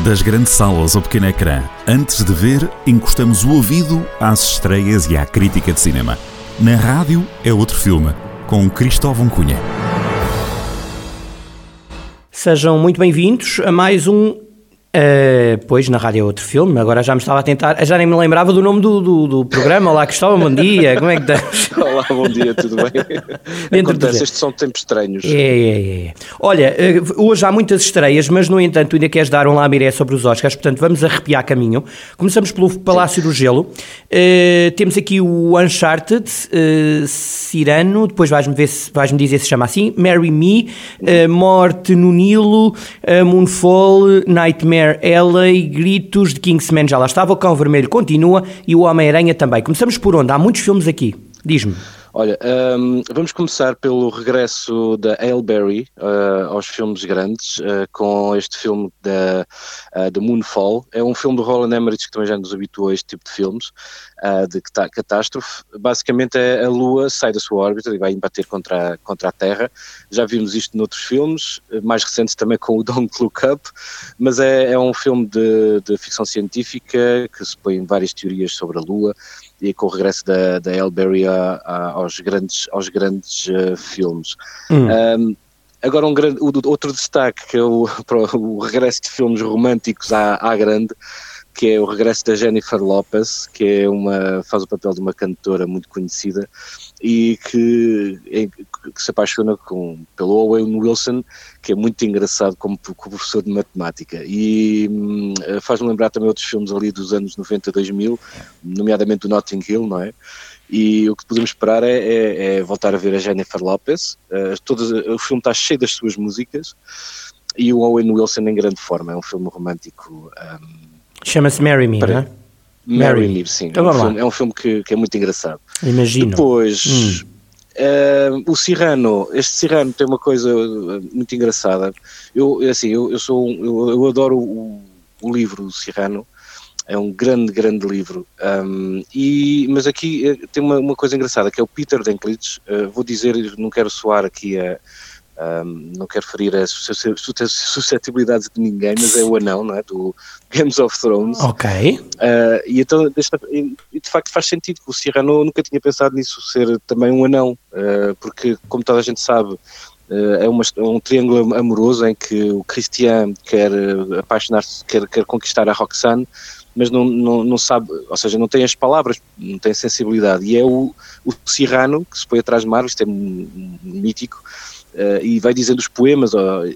Das grandes salas ao pequeno ecrã, antes de ver, encostamos o ouvido às estreias e à crítica de cinema. Na rádio é outro filme, com Cristóvão Cunha. Sejam muito bem-vindos a mais um... Pois, na rádio é outro filme, agora já me estava a tentar... Já nem me lembrava do nome do programa. Olá, Cristóvão, bom dia, como é que estás? Olá, bom dia, tudo bem? Acontece, estes são tempos estranhos. É. Olha, hoje há muitas estreias, mas no entanto ainda queres dar um lamiré sobre os Oscars, portanto vamos arrepiar caminho. Começamos pelo Palácio do Gelo. Temos aqui o Uncharted, Cyrano, depois vais-me dizer se chama assim, Marry Me, Morte no Nilo, Moonfall, Nightmare Alley, Gritos, de Kingsman já lá estava, o Cão Vermelho continua e o Homem-Aranha também. Começamos por onde? Há muitos filmes aqui, diz-me. Olha, vamos começar pelo regresso da Halle Berry aos filmes grandes, com este filme da Moonfall. É um filme do Roland Emmerich que também já nos habituou a este tipo de filmes, de catástrofe. Basicamente a Lua sai da sua órbita e vai bater contra a Terra. Já vimos isto noutros filmes, mais recentes também com o Don't Look Up, mas é um filme de ficção científica que se põe em várias teorias sobre a Lua, e com o regresso da Halle Berry aos grandes filmes. Agora outro destaque, que é o regresso de filmes românticos à grande, que é o regresso da Jennifer Lopez, que faz o papel de uma cantora muito conhecida e que se apaixona pelo Owen Wilson, que é muito engraçado como professor de matemática, e faz-me lembrar também outros filmes ali dos anos 90, 2000, nomeadamente o Notting Hill, não é? E o que podemos esperar é voltar a ver a Jennifer Lopez. O filme está cheio das suas músicas e o Owen Wilson em grande forma. É um filme romântico. Chama-se Marry Me, não é? Marry Me, sim. Então, é um filme que é muito engraçado. Imagino. Depois, o Cyrano. Este Cyrano tem uma coisa muito engraçada. Eu adoro o livro do Cyrano. É um grande livro. Mas aqui tem uma coisa engraçada, que é o Peter Dinklage. Vou dizer, não quero soar aqui não quero ferir as suscetibilidades de ninguém, mas é o anão, não é? Do Games of Thrones. Ok. E então, de facto, faz sentido que o Cyrano nunca tinha pensado nisso, ser também um anão, porque, como toda a gente sabe, é um triângulo amoroso em que o Christian quer apaixonar-se, quer conquistar a Roxane, mas não sabe, ou seja, não tem as palavras, não tem sensibilidade. E é o Cyrano que se põe atrás de mar, isto é mítico, e vai dizendo os poemas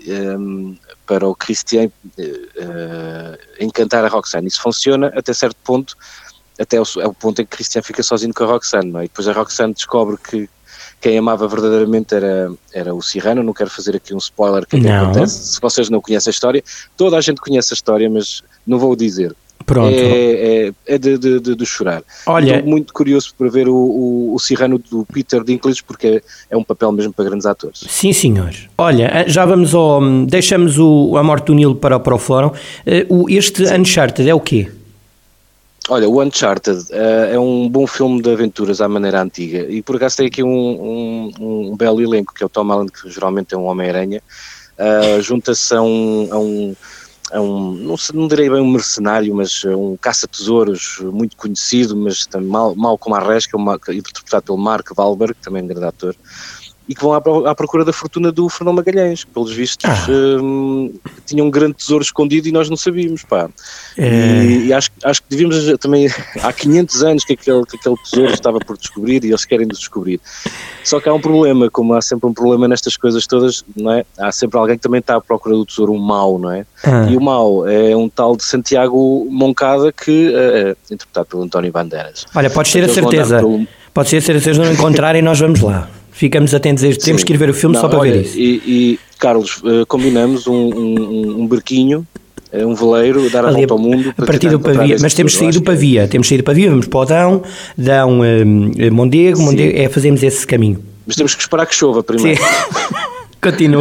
para o Christian encantar a Roxane. Isso funciona até certo ponto, até o ponto em que Christian fica sozinho com a Roxane, não é? E depois a Roxane descobre que quem amava verdadeiramente era o Cyrano. Não quero fazer aqui um spoiler que acontece, se vocês não conhecem a história. Toda a gente conhece a história, mas não vou dizer. Pronto. É de chorar. Olha, estou muito curioso para ver o Cyrano do Peter Dinklage, porque é um papel mesmo para grandes atores. Sim, senhor. Olha, já vamos deixamos a Morte do Nilo para o fórum. Este Uncharted é o quê? Olha, o Uncharted é um bom filme de aventuras à maneira antiga, e por acaso tem aqui um belo elenco, que é o Tom Holland, que geralmente é um Homem-Aranha. Junta-se a um não direi bem um mercenário, mas um caça-tesouros muito conhecido, mas também mal como a res, que é interpretado pelo Mark Wahlberg, que também é um grande ator, e que vão à procura da fortuna do Fernão Magalhães, que pelos vistos tinha um grande tesouro escondido e nós não sabíamos, pá. E acho que devíamos também, há 500 anos que aquele tesouro estava por descobrir e eles querem descobrir. Só que há um problema, como há sempre um problema nestas coisas todas, não é? Há sempre alguém que também está à procura do tesouro, um mau, não é? E o mau é um tal de Santiago Moncada, que é interpretado pelo António Bandeiras. Olha, podes ter a certeza de não encontrarem, nós vamos lá. Ficamos atentos a isto. Temos que ir ver o filme só para ver isso. E Carlos, combinamos um barquinho, um veleiro, dar a volta ao mundo. A partir do Pavia, mas temos de sair do Pavia. Vamos para o Dão, Mondego, fazemos esse caminho. Mas temos que esperar que chova primeiro. Sim. Continua.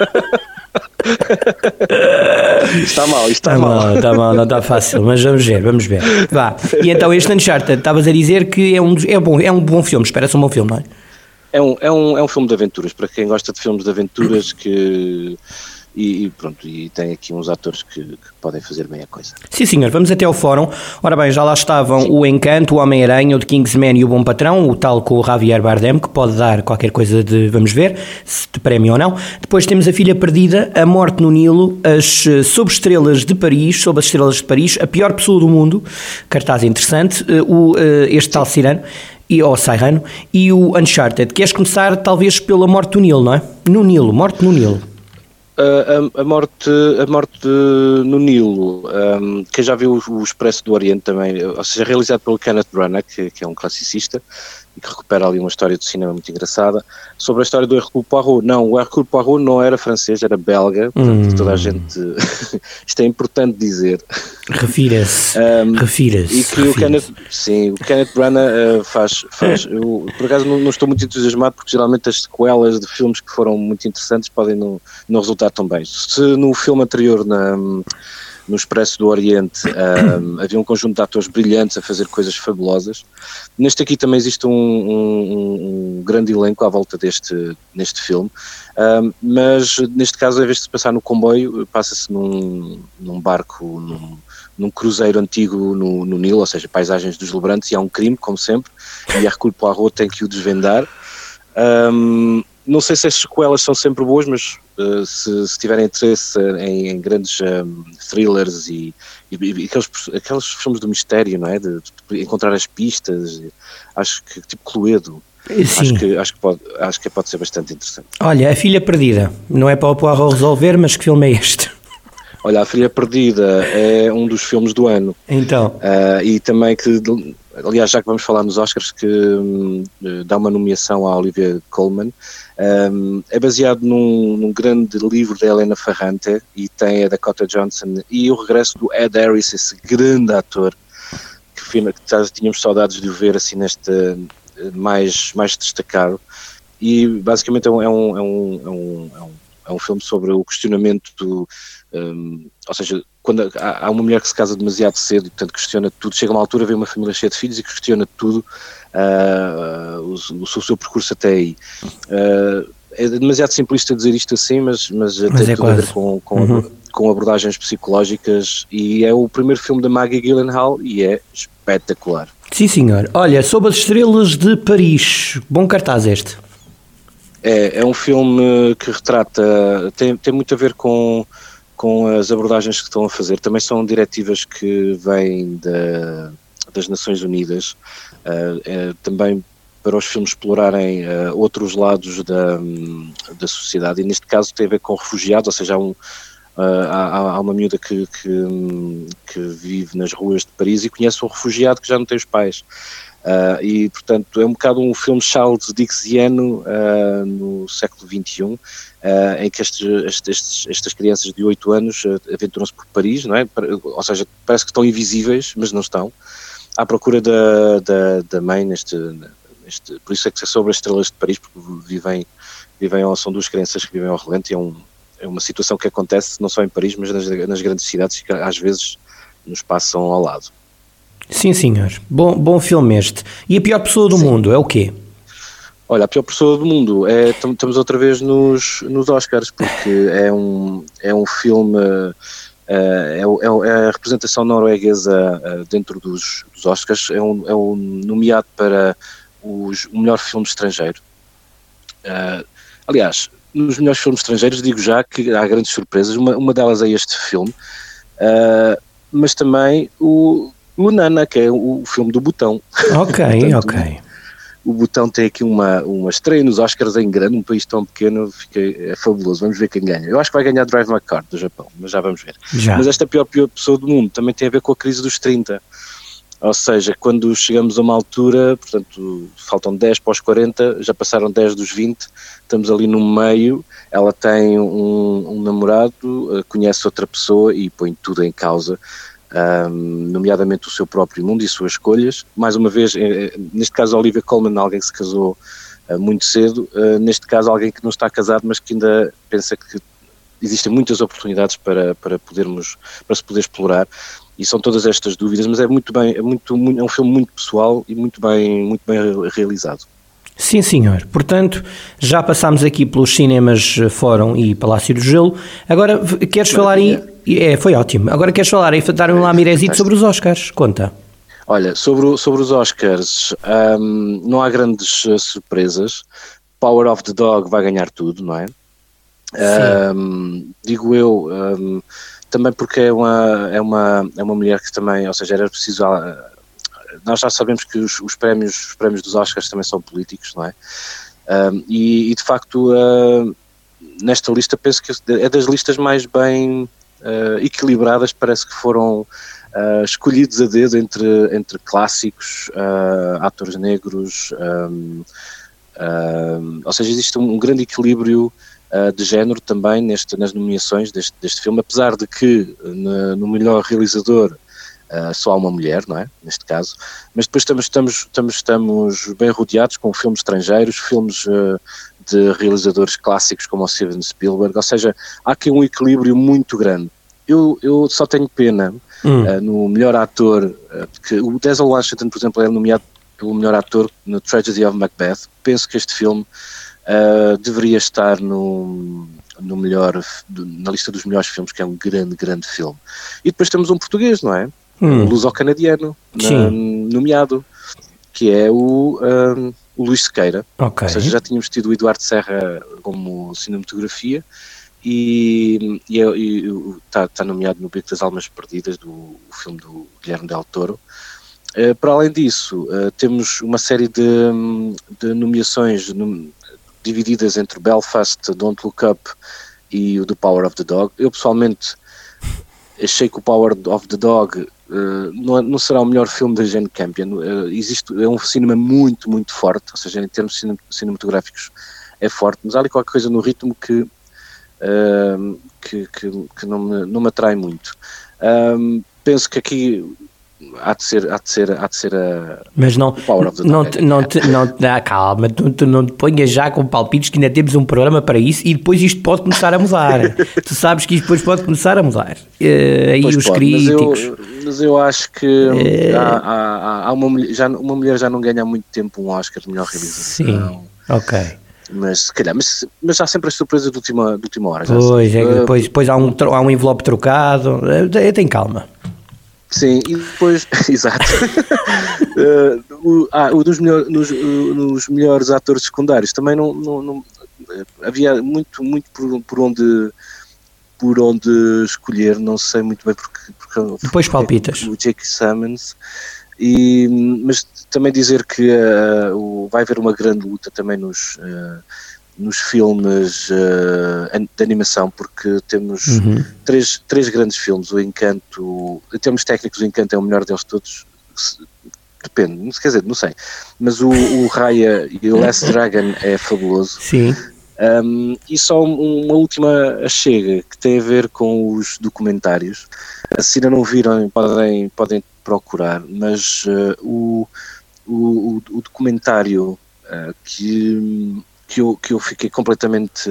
Está mal. Está mal, não está fácil, mas vamos ver. Vá. E então este Uncharted, estavas a dizer que é um bom filme, espera-se um bom filme, não é? É um filme de aventuras, para quem gosta de filmes de aventuras que e pronto, e tem aqui uns atores que podem fazer bem a coisa. Sim, senhor, vamos até ao fórum. Ora bem, já lá estavam Sim. O Encanto, o Homem-Aranha, o de Kingsman e o Bom Patrão, o tal com o Javier Bardem, que pode dar qualquer coisa de, vamos ver, se de prémio ou não. Depois temos A Filha Perdida, A Morte no Nilo, as Sob as Estrelas de Paris, A Pior Pessoa do Mundo, cartaz interessante, este tal Cyrano, Cyrano, e o Uncharted. Queres começar talvez pela Morte do Nilo, não é? Morte no Nilo. A morte no Nilo, quem já viu o Expresso do Oriente também, ou seja, realizado pelo Kenneth Branagh, que é um classicista e que recupera ali uma história de cinema muito engraçada, sobre a história do Hercule Poirot. Não, o Hercule Poirot não era francês, era belga, portanto toda a gente, isto é importante dizer. Refira-se. E que o Kenneth Branagh eu por acaso não estou muito entusiasmado, porque geralmente as sequelas de filmes que foram muito interessantes podem não resultar tão bem. Se no filme anterior, no Expresso do Oriente, havia um conjunto de atores brilhantes a fazer coisas fabulosas, neste aqui também existe um grande elenco à volta neste filme, mas neste caso, em vez de se passar no comboio, passa-se num barco, num cruzeiro antigo no Nilo, ou seja, paisagens deslumbrantes, e há um crime, como sempre, e Hercule Poirot tem que o desvendar. Não sei se as sequelas são sempre boas, mas se tiverem interesse em grandes thrillers e aqueles filmes do mistério, não é? De encontrar as pistas, acho que tipo Cluedo. Sim. Acho que pode ser bastante interessante. Olha, A Filha Perdida, não é para o Poirot resolver, mas que filme é este? Olha, A Filha Perdida é um dos filmes do ano. Então. E também aliás, já que vamos falar nos Oscars, que dá uma nomeação à Olivia Colman. É baseado num grande livro da Helena Ferrante e tem a Dakota Johnson e o regresso do Ed Harris, esse grande ator que tínhamos saudades de o ver assim neste mais destacado. E basicamente é um filme sobre o questionamento ou seja, quando há uma mulher que se casa demasiado cedo e portanto questiona tudo, chega a uma altura, vê uma família cheia de filhos e questiona tudo, o seu percurso até aí. É demasiado simplista dizer isto assim, mas tem tudo a ver com abordagens psicológicas, e é o primeiro filme da Maggie Gyllenhaal e é espetacular. Sim, senhor. Olha, Sob as Estrelas de Paris, bom cartaz este. É um filme que retrata, tem muito a ver com as abordagens que estão a fazer. Também são diretivas que vêm das Nações Unidas, também para os filmes explorarem outros lados da sociedade, e neste caso tem a ver com refugiados, ou seja, há uma miúda que vive nas ruas de Paris e conhece um refugiado que já não tem os pais. E, portanto, é um bocado um filme Charles Dickeniano no século XXI, em que estas crianças de 8 anos aventuram-se por Paris, não é? Ou seja, parece que estão invisíveis, mas não estão, à procura da mãe, por isso é que é sobre as Estrelas de Paris, porque são duas crianças que vivem ao relento, e é uma situação que acontece não só em Paris, mas nas grandes cidades, que às vezes nos passam ao lado. Sim, senhor. Bom filme este. E A Pior Pessoa do Mundo é o quê? Olha, A Pior Pessoa do Mundo, estamos outra vez nos Oscars, porque é um filme, é a representação norueguesa dentro dos Oscars, é um nomeado para o melhor filme estrangeiro. Aliás, nos melhores filmes estrangeiros digo já que há grandes surpresas, uma delas é este filme, mas também o Nana, que é o filme do Botão. Ok, portanto, ok. O Botão tem aqui uma estreia nos Oscars em grande, um país tão pequeno, é fabuloso. Vamos ver quem ganha. Eu acho que vai ganhar Drive My Car do Japão, mas já vamos ver. Mas esta pior pessoa do mundo também tem a ver com a crise dos 30. Ou seja, quando chegamos a uma altura, portanto, faltam 10 para os 40, já passaram 10 dos 20, estamos ali no meio, ela tem um namorado, conhece outra pessoa e põe tudo em causa, nomeadamente o seu próprio mundo e suas escolhas. Mais uma vez, neste caso a Olivia Colman, alguém que se casou muito cedo, neste caso alguém que não está casado, mas que ainda pensa que existem muitas oportunidades para se poder explorar, e são todas estas dúvidas, mas é um filme muito pessoal e muito bem realizado. Sim, senhor. Portanto, já passámos aqui pelos cinemas Fórum e Palácio do Gelo. Agora, queres falar aí... foi ótimo. Agora queres falar aí, dar um lamirezito sobre os Oscars? Conta. Olha, sobre os Oscars, não há grandes surpresas. Power of the Dog vai ganhar tudo, não é? Digo eu, também porque é uma mulher que também, ou seja, era preciso... Nós já sabemos que os prémios dos Oscars também são políticos, não é? E de facto, nesta lista, penso que é das listas mais bem equilibradas, parece que foram escolhidos a dedo entre clássicos, atores negros, ou seja, existe um grande equilíbrio de género também nas nomeações deste filme, apesar de que no melhor realizador só há uma mulher, não é? Neste caso, mas depois estamos bem rodeados com filmes estrangeiros, filmes de realizadores clássicos como o Steven Spielberg, ou seja, há aqui um equilíbrio muito grande. Eu só tenho pena no melhor ator, que o Denzel Washington, por exemplo, é nomeado pelo melhor ator no Tragedy of Macbeth. Penso que este filme deveria estar na lista dos melhores filmes, que é um grande filme. E depois temos um português, não é? Luso-canadiano, nomeado, que é o Luís Sequeira. Okay. Ou seja, já tínhamos tido o Eduardo Serra como cinematografia e está nomeado no Beco das Almas Perdidas, do filme do Guilherme Del Toro. Para além disso, temos uma série de nomeações divididas entre Belfast, Don't Look Up e o The Power of the Dog. Eu pessoalmente achei que o Power of the Dog não será o melhor filme da Jane Campion. É um cinema muito forte, ou seja, em termos cinematográficos é forte, mas há ali qualquer coisa no ritmo que não me atrai muito. Penso que aqui há de ser mas não, Power of the Dog. Calma, tu não te ponhas já com palpites, que ainda temos um programa para isso e depois isto pode começar a mudar. Tu sabes que isto depois pode começar a mudar. Aí pois os críticos. Mas eu acho que há uma mulher já não ganha há muito tempo um Oscar de melhor realização. Sim, ok. Mas se calhar, mas há sempre a surpresa de última hora. Depois há um envelope trocado. Tem calma. Sim, e depois, exato, nos melhores atores secundários também não havia muito por onde escolher, não sei muito bem porque depois palpitas. O J.K. Simmons, mas também dizer que vai haver uma grande luta também nos filmes de animação, porque temos três grandes filmes. O Encanto, em termos técnicos, o Encanto é o melhor deles todos, depende, quer dizer, não sei, mas o Raya e o Last Dragon é fabuloso. Sim. E só uma última chega que tem a ver com os documentários. Se ainda não viram, podem procurar, mas o documentário que eu fiquei completamente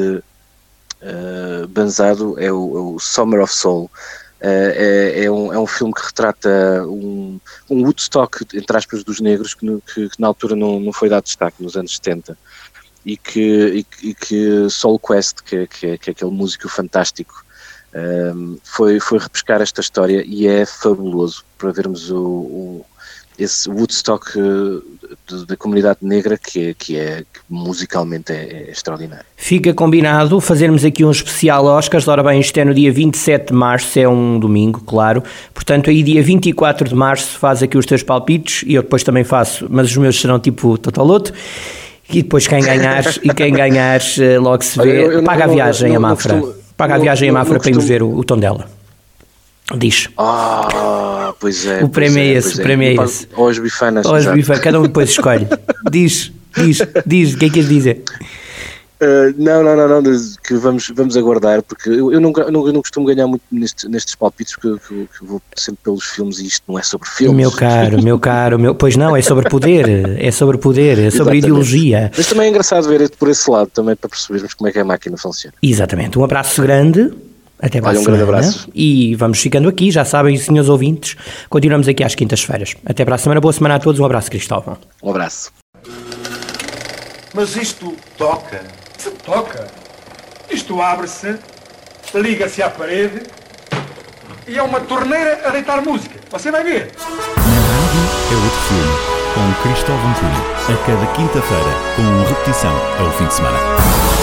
banzado é o Summer of Soul. É um filme que retrata um Woodstock, entre aspas, dos negros, que na altura não foi dado destaque, nos anos 70, e que Soul Quest, que é aquele músico fantástico, foi repescar esta história, e é fabuloso para vermos esse Woodstock da comunidade negra que musicalmente é extraordinário. Fica combinado fazermos aqui um especial Oscars. Ora bem, isto é no dia 27 de março, é um domingo, claro, portanto aí dia 24 de março faz aqui os teus palpites, e eu depois também faço, mas os meus serão tipo Totaloto, e depois quem ganhar logo se vê. Paga a viagem a Mafra, paga a viagem a Mafra para irmos ver o tom dela. Diz. Pois é. O prémio é esse, o prémio é esse. Aos bifanas. Cada um depois escolhe. Diz, o que é que queres dizer? Não, que vamos aguardar, porque eu não costumo ganhar muito nestes palpites, porque eu vou sempre pelos filmes, e isto não é sobre filmes. Meu caro, pois não, é sobre poder, é sobre ideologia. Mas também é engraçado ver por esse lado, também, para percebermos como é que a máquina funciona. Exatamente, um abraço grande. Até para a semana. Um grande abraço. E vamos ficando aqui, já sabem, senhores ouvintes, continuamos aqui às quintas-feiras. Até para a semana, boa semana a todos, um abraço, Cristóvão. Um abraço. Mas isto toca. Se toca. Isto abre-se, liga-se à parede e é uma torneira a deitar música. Você vai ver. Na Rádio é outro filme, com Cristóvão Cunha, a cada quinta-feira, com repetição ao fim de semana.